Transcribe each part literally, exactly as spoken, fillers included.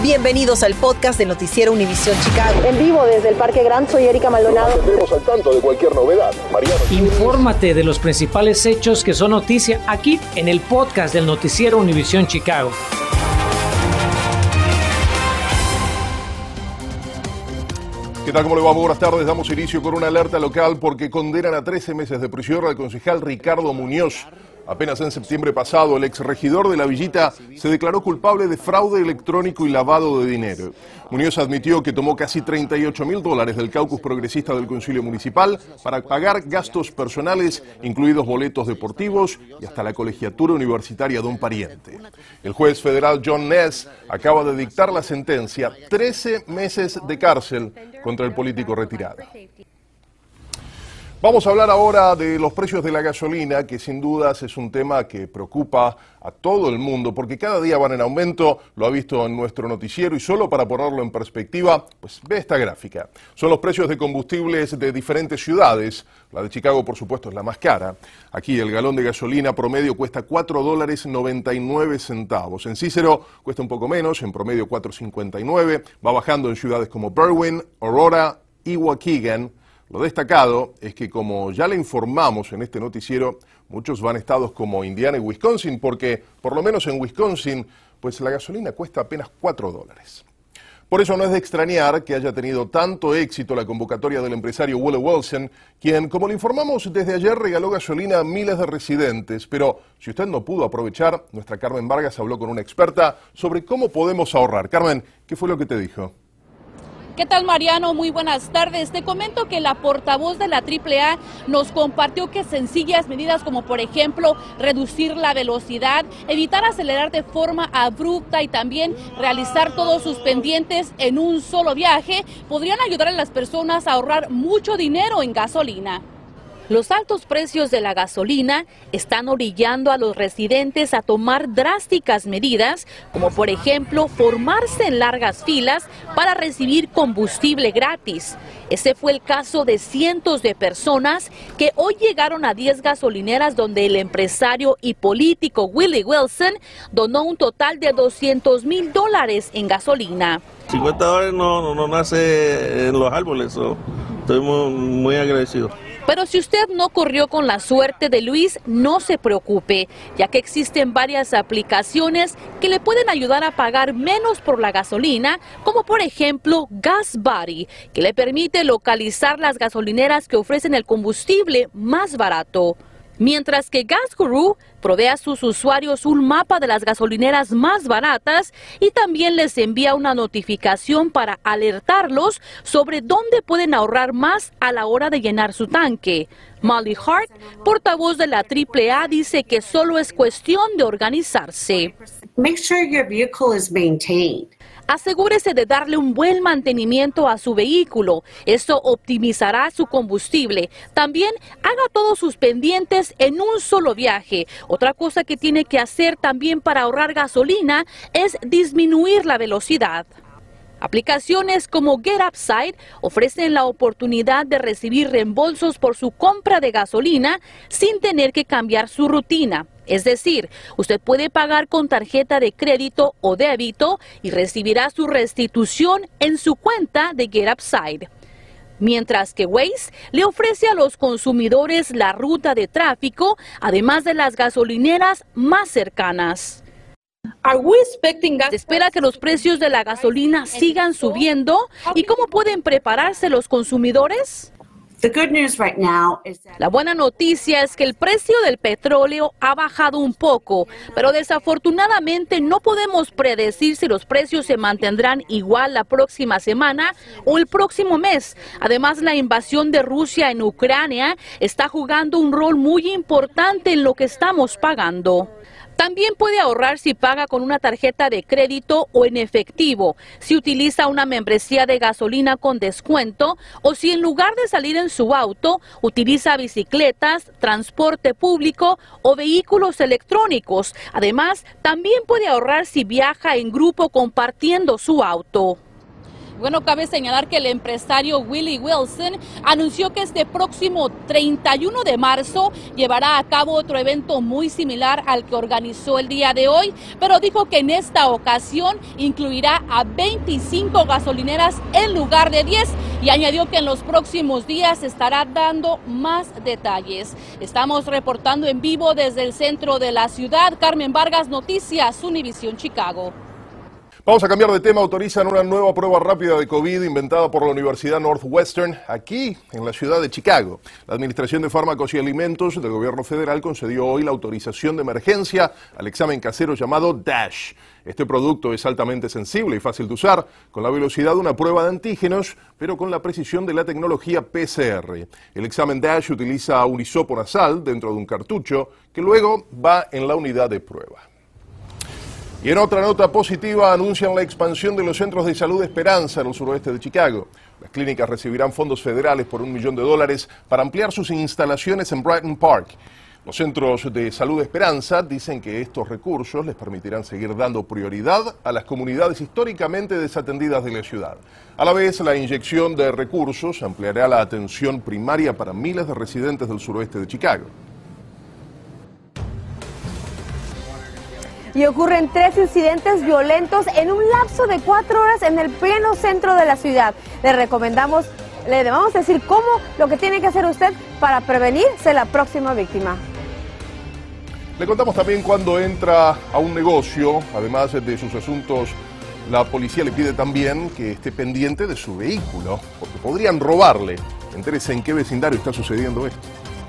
Bienvenidos al podcast del Noticiero Univisión Chicago. En vivo desde el Parque Grant, soy Erika Maldonado. Nos mantendremos al tanto de cualquier novedad. Mariano. Infórmate de los principales hechos que son noticia aquí en el podcast del Noticiero Univisión Chicago. ¿Qué tal? ¿Cómo le va? Muy buenas tardes. Damos inicio con una alerta local porque condenan a trece meses de prisión al concejal Ricardo Muñoz. Apenas en septiembre pasado, el exregidor de La Villita se declaró culpable de fraude electrónico y lavado de dinero. Muñoz admitió que tomó casi treinta y ocho mil dólares del caucus progresista del Concilio Municipal para pagar gastos personales, incluidos boletos deportivos y hasta la colegiatura universitaria de un pariente. El juez federal John Ness acaba de dictar la sentencia, trece meses de cárcel contra el político retirado. Vamos a hablar ahora de los precios de la gasolina, que sin dudas es un tema que preocupa a todo el mundo, porque cada día van en aumento, lo ha visto en nuestro noticiero, y solo para ponerlo en perspectiva, pues ve esta gráfica. Son los precios de combustibles de diferentes ciudades. La de Chicago, por supuesto, es la más cara. Aquí el galón de gasolina promedio cuesta cuatro dólares noventa y nueve centavos. En Cícero cuesta un poco menos, en promedio cuatro cincuenta y nueve. Va bajando en ciudades como Berwyn, Aurora y Waukegan. Lo destacado es que, como ya le informamos en este noticiero, muchos van a estados como Indiana y Wisconsin, porque por lo menos en Wisconsin, pues la gasolina cuesta apenas cuatro dólares. Por eso no es de extrañar que haya tenido tanto éxito la convocatoria del empresario Willie Wilson, quien, como le informamos desde ayer, regaló gasolina a miles de residentes. Pero si usted no pudo aprovechar, nuestra Carmen Vargas habló con una experta sobre cómo podemos ahorrar. Carmen, ¿qué fue lo que te dijo? ¿Qué tal, Mariano? Muy buenas tardes. Te comento que la portavoz de la triple A nos compartió que sencillas medidas como, por ejemplo, reducir la velocidad, evitar acelerar de forma abrupta y también realizar todos sus pendientes en un solo viaje podrían ayudar a las personas a ahorrar mucho dinero en gasolina. Los altos precios de la gasolina están orillando a los residentes a tomar drásticas medidas, como por ejemplo formarse en largas filas para recibir combustible gratis. Ese fue el caso de cientos de personas que hoy llegaron a diez gasolineras donde el empresario y político Willie Wilson donó un total de doscientos mil dólares en gasolina. cincuenta dólares no, no, no nace en los árboles, so, estoy muy, muy agradecido. Pero si usted no corrió con la suerte de Luis, no se preocupe, ya que existen varias aplicaciones que le pueden ayudar a pagar menos por la gasolina, como por ejemplo GasBuddy, que le permite localizar las gasolineras que ofrecen el combustible más barato. Mientras que GasGuru provee a sus usuarios un mapa de las gasolineras más baratas y también les envía una notificación para alertarlos sobre dónde pueden ahorrar más a la hora de llenar su tanque. Molly Hart, portavoz de la triple A, dice que solo es cuestión de organizarse. Make sure your vehicle is maintained. Asegúrese de darle un buen mantenimiento a su vehículo. Esto optimizará su combustible. También haga todos sus pendientes en un solo viaje. Otra cosa que tiene que hacer también para ahorrar gasolina es disminuir la velocidad. Aplicaciones como GetUpside ofrecen la oportunidad de recibir reembolsos por su compra de gasolina sin tener que cambiar su rutina. Es decir, usted puede pagar con tarjeta de crédito o débito y recibirá su restitución en su cuenta de GetUpside. Mientras que Waze le ofrece a los consumidores la ruta de tráfico, además de las gasolineras más cercanas. ¿Se espera que los precios de la gasolina sigan subiendo? ¿Y cómo pueden prepararse los consumidores? La buena noticia es que el precio del petróleo ha bajado un poco, pero desafortunadamente no podemos predecir si los precios se mantendrán igual la próxima semana o el próximo mes. Además, la invasión de Rusia en Ucrania está jugando un rol muy importante en lo que estamos pagando. También puede ahorrar si paga con una tarjeta de crédito o en efectivo, si utiliza una membresía de gasolina con descuento o si en lugar de salir en su auto, utiliza bicicletas, transporte público o vehículos electrónicos. Además, también puede ahorrar si viaja en grupo compartiendo su auto. Bueno, cabe señalar que el empresario Willie Wilson anunció que este próximo treinta y uno de marzo llevará a cabo otro evento muy similar al que organizó el día de hoy, pero dijo que en esta ocasión incluirá a veinticinco gasolineras en lugar de diez y añadió que en los próximos días estará dando más detalles. Estamos reportando en vivo desde el centro de la ciudad. Carmen Vargas, Noticias Univisión Chicago. Vamos a cambiar de tema. Autorizan una nueva prueba rápida de COVID inventada por la Universidad Northwestern aquí en la ciudad de Chicago. La Administración de Fármacos y Alimentos del Gobierno Federal concedió hoy la autorización de emergencia al examen casero llamado DASH. Este producto es altamente sensible y fácil de usar, con la velocidad de una prueba de antígenos, pero con la precisión de la tecnología P C R. El examen DASH utiliza un hisopo nasal dentro de un cartucho que luego va en la unidad de prueba. Y en otra nota positiva, anuncian la expansión de los centros de salud Esperanza en el suroeste de Chicago. Las clínicas recibirán fondos federales por un millón de dólares para ampliar sus instalaciones en Brighton Park. Los centros de salud Esperanza dicen que estos recursos les permitirán seguir dando prioridad a las comunidades históricamente desatendidas de la ciudad. A la vez, la inyección de recursos ampliará la atención primaria para miles de residentes del suroeste de Chicago. Y ocurren tres incidentes violentos en un lapso de cuatro horas en el pleno centro de la ciudad. Le recomendamos, le vamos a decir cómo, lo que tiene que hacer usted para prevenirse la próxima víctima. Le contamos también cuando entra a un negocio, además de sus asuntos, la policía le pide también que esté pendiente de su vehículo, porque podrían robarle. Entérese en qué vecindario está sucediendo esto.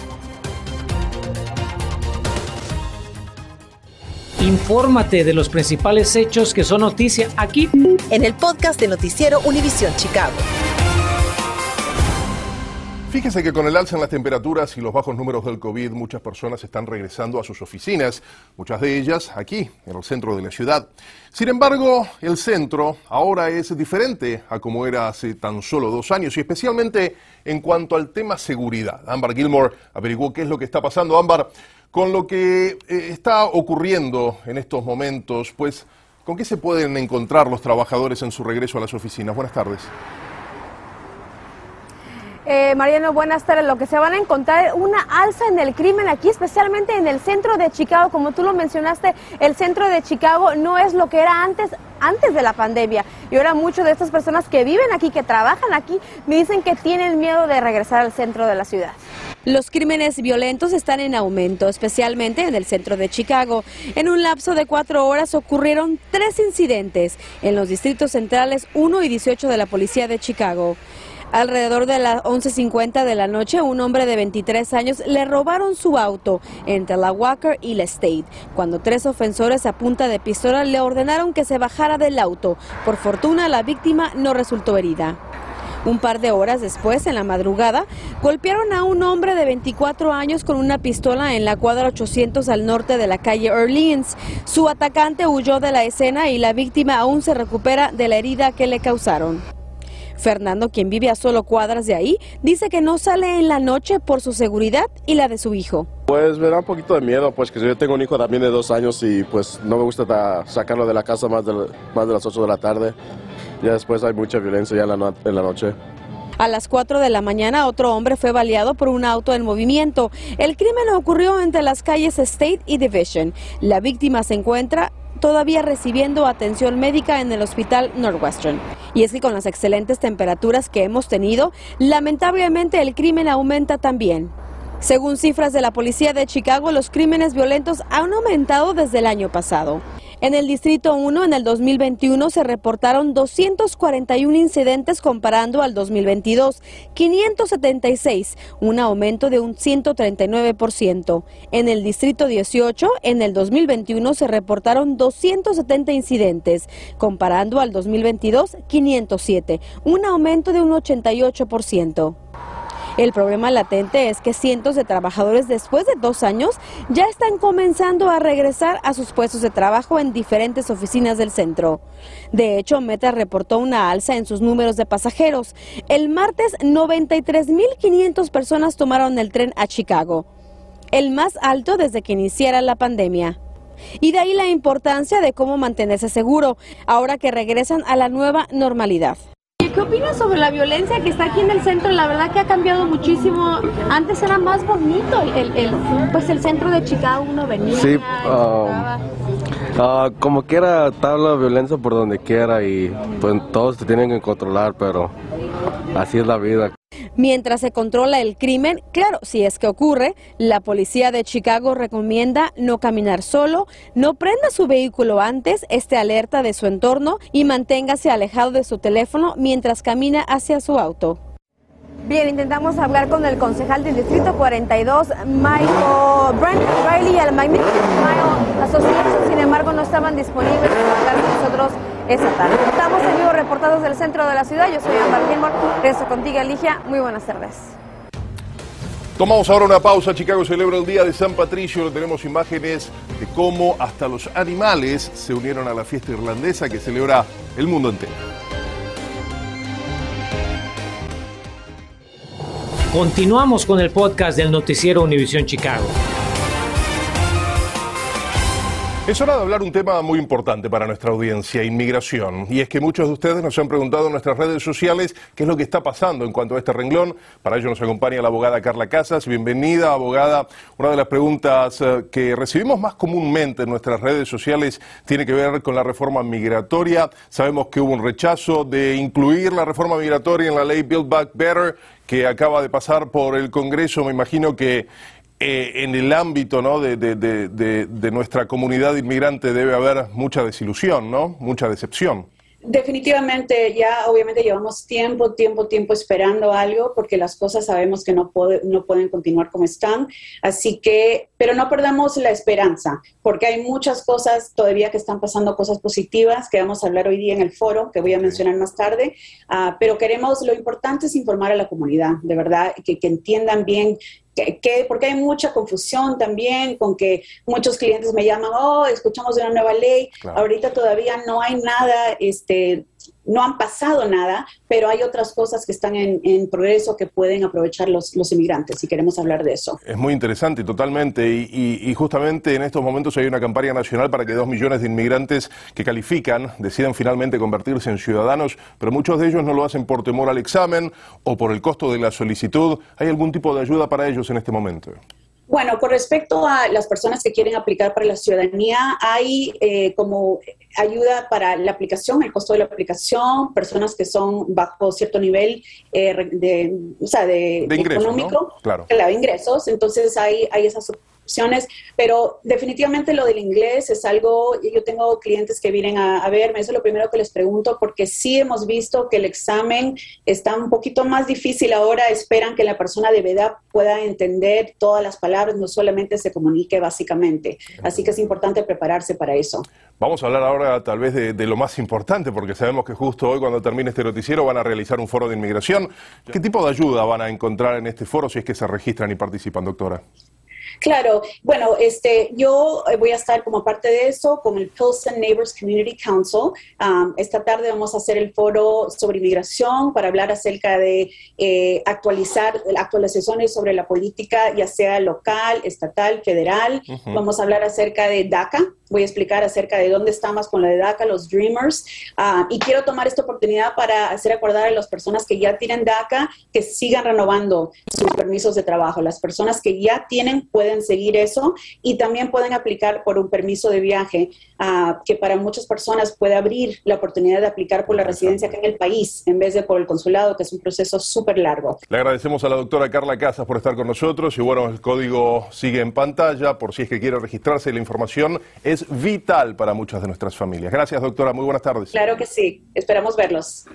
Infórmate de los principales hechos que son noticia aquí en el podcast de Noticiero Univisión Chicago. Fíjese que con el alza en las temperaturas y los bajos números del COVID, muchas personas están regresando a sus oficinas, muchas de ellas aquí, en el centro de la ciudad. Sin embargo, el centro ahora es diferente a como era hace tan solo dos años, y especialmente en cuanto al tema seguridad. Ámbar Gilmore averiguó qué es lo que está pasando. Ámbar, con lo que eh, está ocurriendo en estos momentos, pues, ¿con qué se pueden encontrar los trabajadores en su regreso a las oficinas? Buenas tardes. Eh, Mariano, buenas tardes. Lo que se van a encontrar es una alza en el crimen aquí, especialmente en el centro de Chicago. Como tú lo mencionaste, el centro de Chicago no es lo que era antes, antes de la pandemia. Y ahora muchas de estas personas que viven aquí, que trabajan aquí, me dicen que tienen miedo de regresar al centro de la ciudad. Los crímenes violentos están en aumento, especialmente en el centro de Chicago. En un lapso de cuatro horas ocurrieron tres incidentes en los distritos centrales uno y dieciocho de la policía de Chicago. Alrededor de las once cincuenta de la noche, un hombre de veintitrés años le robaron su auto entre la Walker y la State, cuando tres ofensores a punta de pistola le ordenaron que se bajara del auto. Por fortuna, la víctima no resultó herida. Un par de horas después, en la madrugada, golpearon a un hombre de veinticuatro años con una pistola en la cuadra ochocientos al norte de la calle Orleans. Su atacante huyó de la escena y la víctima aún se recupera de la herida que le causaron. Fernando, quien vive a solo cuadras de ahí, dice que no sale en la noche por su seguridad y la de su hijo. Pues me da un poquito de miedo, pues que yo tengo un hijo también de dos años y pues no me gusta sacarlo de la casa más de, más de las ocho de la tarde. Ya después hay mucha violencia ya en la, no en la noche. A las cuatro de la mañana, otro hombre fue baleado por un auto en movimiento. El crimen ocurrió entre las calles State y Division. La víctima se encuentra todavía recibiendo atención médica en el hospital Northwestern. Y es que con las excelentes temperaturas que hemos tenido, lamentablemente el crimen aumenta también. Según cifras de la policía de Chicago, los crímenes violentos han aumentado desde el año pasado. En el Distrito uno, en el dos mil veintiuno, se reportaron doscientos cuarenta y uno incidentes comparando al dos mil veintidós, quinientos setenta y seis, un aumento de un ciento treinta y nueve por ciento. En el Distrito dieciocho, en el dos mil veintiuno, se reportaron doscientos setenta incidentes, comparando al dos mil veintidós, quinientos siete, un aumento de un ochenta y ocho por ciento. El problema latente es que cientos de trabajadores después de dos años ya están comenzando a regresar a sus puestos de trabajo en diferentes oficinas del centro. De hecho, Meta reportó una alza en sus números de pasajeros. El martes, noventa y tres mil quinientas personas tomaron el tren a Chicago, el más alto desde que iniciara la pandemia. Y de ahí la importancia de cómo mantenerse seguro, ahora que regresan a la nueva normalidad. ¿qué opinas sobre la violencia que está aquí en el centro? La verdad que ha cambiado muchísimo. Antes era más bonito el, el pues el centro de Chicago, uno venía. Sí, um, uh, como quiera, está la violencia por donde quiera y pues todos se tienen que controlar, pero así es la vida. Mientras se controla el crimen, claro, si es que ocurre, la policía de Chicago recomienda no caminar solo, no prenda su vehículo antes, esté alerta de su entorno y manténgase alejado de su teléfono mientras camina hacia su auto. Bien, intentamos hablar con el concejal del Distrito cuarenta y dos, Michael Brent Riley, al Magnificent Smile Association, sin embargo no estaban disponibles para hablar con nosotros esta tarde. Estamos en vivo reportados del centro de la ciudad, yo soy Amber Gilmore, regreso contigo, Alicia, muy buenas tardes. Tomamos ahora una pausa. Chicago celebra el Día de San Patricio. Tenemos imágenes de cómo hasta los animales se unieron a la fiesta irlandesa que celebra el mundo entero. Continuamos con el podcast del noticiero Univisión Chicago. Es hora de hablar un tema muy importante para nuestra audiencia, inmigración. Y es que muchos de ustedes nos han preguntado en nuestras redes sociales qué es lo que está pasando en cuanto a este renglón. Para ello nos acompaña la abogada Carla Casas. Bienvenida, abogada. Una de las preguntas eh, que recibimos más comúnmente en nuestras redes sociales tiene que ver con la reforma migratoria. Sabemos que hubo un rechazo de incluir la reforma migratoria en la ley Build Back Better, que acaba de pasar por el Congreso. Me imagino que Eh, en el ámbito, ¿no?, de, de, de, de, de nuestra comunidad inmigrante debe haber mucha desilusión, ¿no?, mucha decepción. Definitivamente, ya obviamente llevamos tiempo, tiempo, tiempo esperando algo porque las cosas sabemos que no, puede, no pueden continuar como están, así que, pero no perdamos la esperanza porque hay muchas cosas todavía que están pasando, cosas positivas que vamos a hablar hoy día en el foro, que voy a mencionar más tarde, uh, pero queremos, lo importante es informar a la comunidad, de verdad, que, que entiendan bien. Que, que, porque hay mucha confusión también con que muchos clientes me llaman, oh, escuchamos de una nueva ley, claro. Ahorita todavía no hay nada, este, no han pasado nada, pero hay otras cosas que están en, en progreso que pueden aprovechar los, los inmigrantes y queremos hablar de eso. Es muy interesante, totalmente, y, y, y justamente en estos momentos hay una campaña nacional para que dos millones de inmigrantes que califican decidan finalmente convertirse en ciudadanos, pero muchos de ellos no lo hacen por temor al examen o por el costo de la solicitud. ¿Hay algún tipo de ayuda para ellos en este momento? Bueno, con respecto a las personas que quieren aplicar para la ciudadanía, hay eh, como ayuda para la aplicación, el costo de la aplicación, personas que son bajo cierto nivel eh, de, o sea, de, de ingresos, económico, ¿no? Claro. De ingresos, entonces hay, hay esas opciones, pero definitivamente lo del inglés es algo, yo tengo clientes que vienen a, a verme, eso es lo primero que les pregunto, porque sí hemos visto que el examen está un poquito más difícil ahora, esperan que la persona de verdad pueda entender todas las palabras, no solamente se comunique básicamente, así que es importante prepararse para eso. Vamos a hablar ahora tal vez de, de lo más importante, porque sabemos que justo hoy cuando termine este noticiero van a realizar un foro de inmigración. ¿Qué tipo de ayuda van a encontrar en este foro si es que se registran y participan, doctora? Claro, bueno, este, yo voy a estar como parte de eso con el Pilsen Neighbors Community Council. Um, esta tarde vamos a hacer el foro sobre inmigración para hablar acerca de eh, actualizar actualizaciones sobre la política, ya sea local, estatal, federal. Uh-huh. Vamos a hablar acerca de DACA. Voy a explicar acerca de dónde estamos con lo de DACA, los Dreamers. Uh, y quiero tomar esta oportunidad para hacer acordar a las personas que ya tienen DACA que sigan renovando sus permisos de trabajo. Las personas que ya tienen pueden seguir eso y también pueden aplicar por un permiso de viaje uh, que para muchas personas puede abrir la oportunidad de aplicar por la residencia acá en el país en vez de por el consulado, que es un proceso súper largo. Le agradecemos a la doctora Carla Casas por estar con nosotros y bueno, el código sigue en pantalla por si es que quiere registrarse. La información es vital para muchas de nuestras familias. Gracias, doctora. Muy buenas tardes. Claro que sí. Esperamos verlos.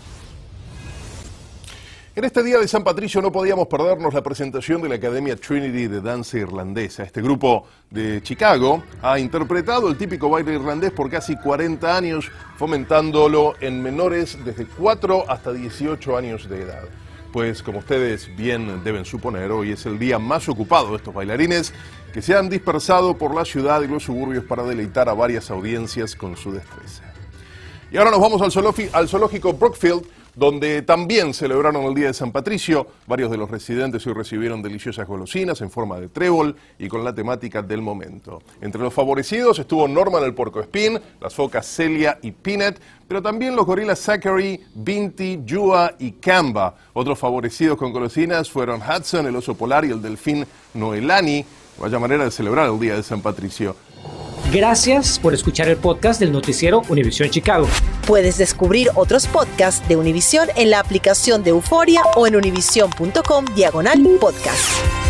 En este día de San Patricio no podíamos perdernos la presentación de la Academia Trinity de Danza Irlandesa. Este grupo de Chicago ha interpretado el típico baile irlandés por casi cuarenta años, fomentándolo en menores desde cuatro hasta dieciocho años de edad. Pues como ustedes bien deben suponer, hoy es el día más ocupado de estos bailarines que se han dispersado por la ciudad y los suburbios para deleitar a varias audiencias con su destreza. Y ahora nos vamos al zoológico, al zoológico Brookfield, donde también celebraron el Día de San Patricio. Varios de los residentes hoy recibieron deliciosas golosinas en forma de trébol y con la temática del momento. Entre los favorecidos estuvo Norman el puercoespín, las focas Celia y Peanut, pero también los gorilas Zachary, Binti, Yua y Kamba. Otros favorecidos con golosinas fueron Hudson, el oso polar, y el delfín Noelani. Vaya manera de celebrar el Día de San Patricio. Gracias por escuchar el podcast del noticiero Univisión Chicago. Puedes descubrir otros podcasts de Univisión en la aplicación de Euforia o en univision punto com diagonal podcast.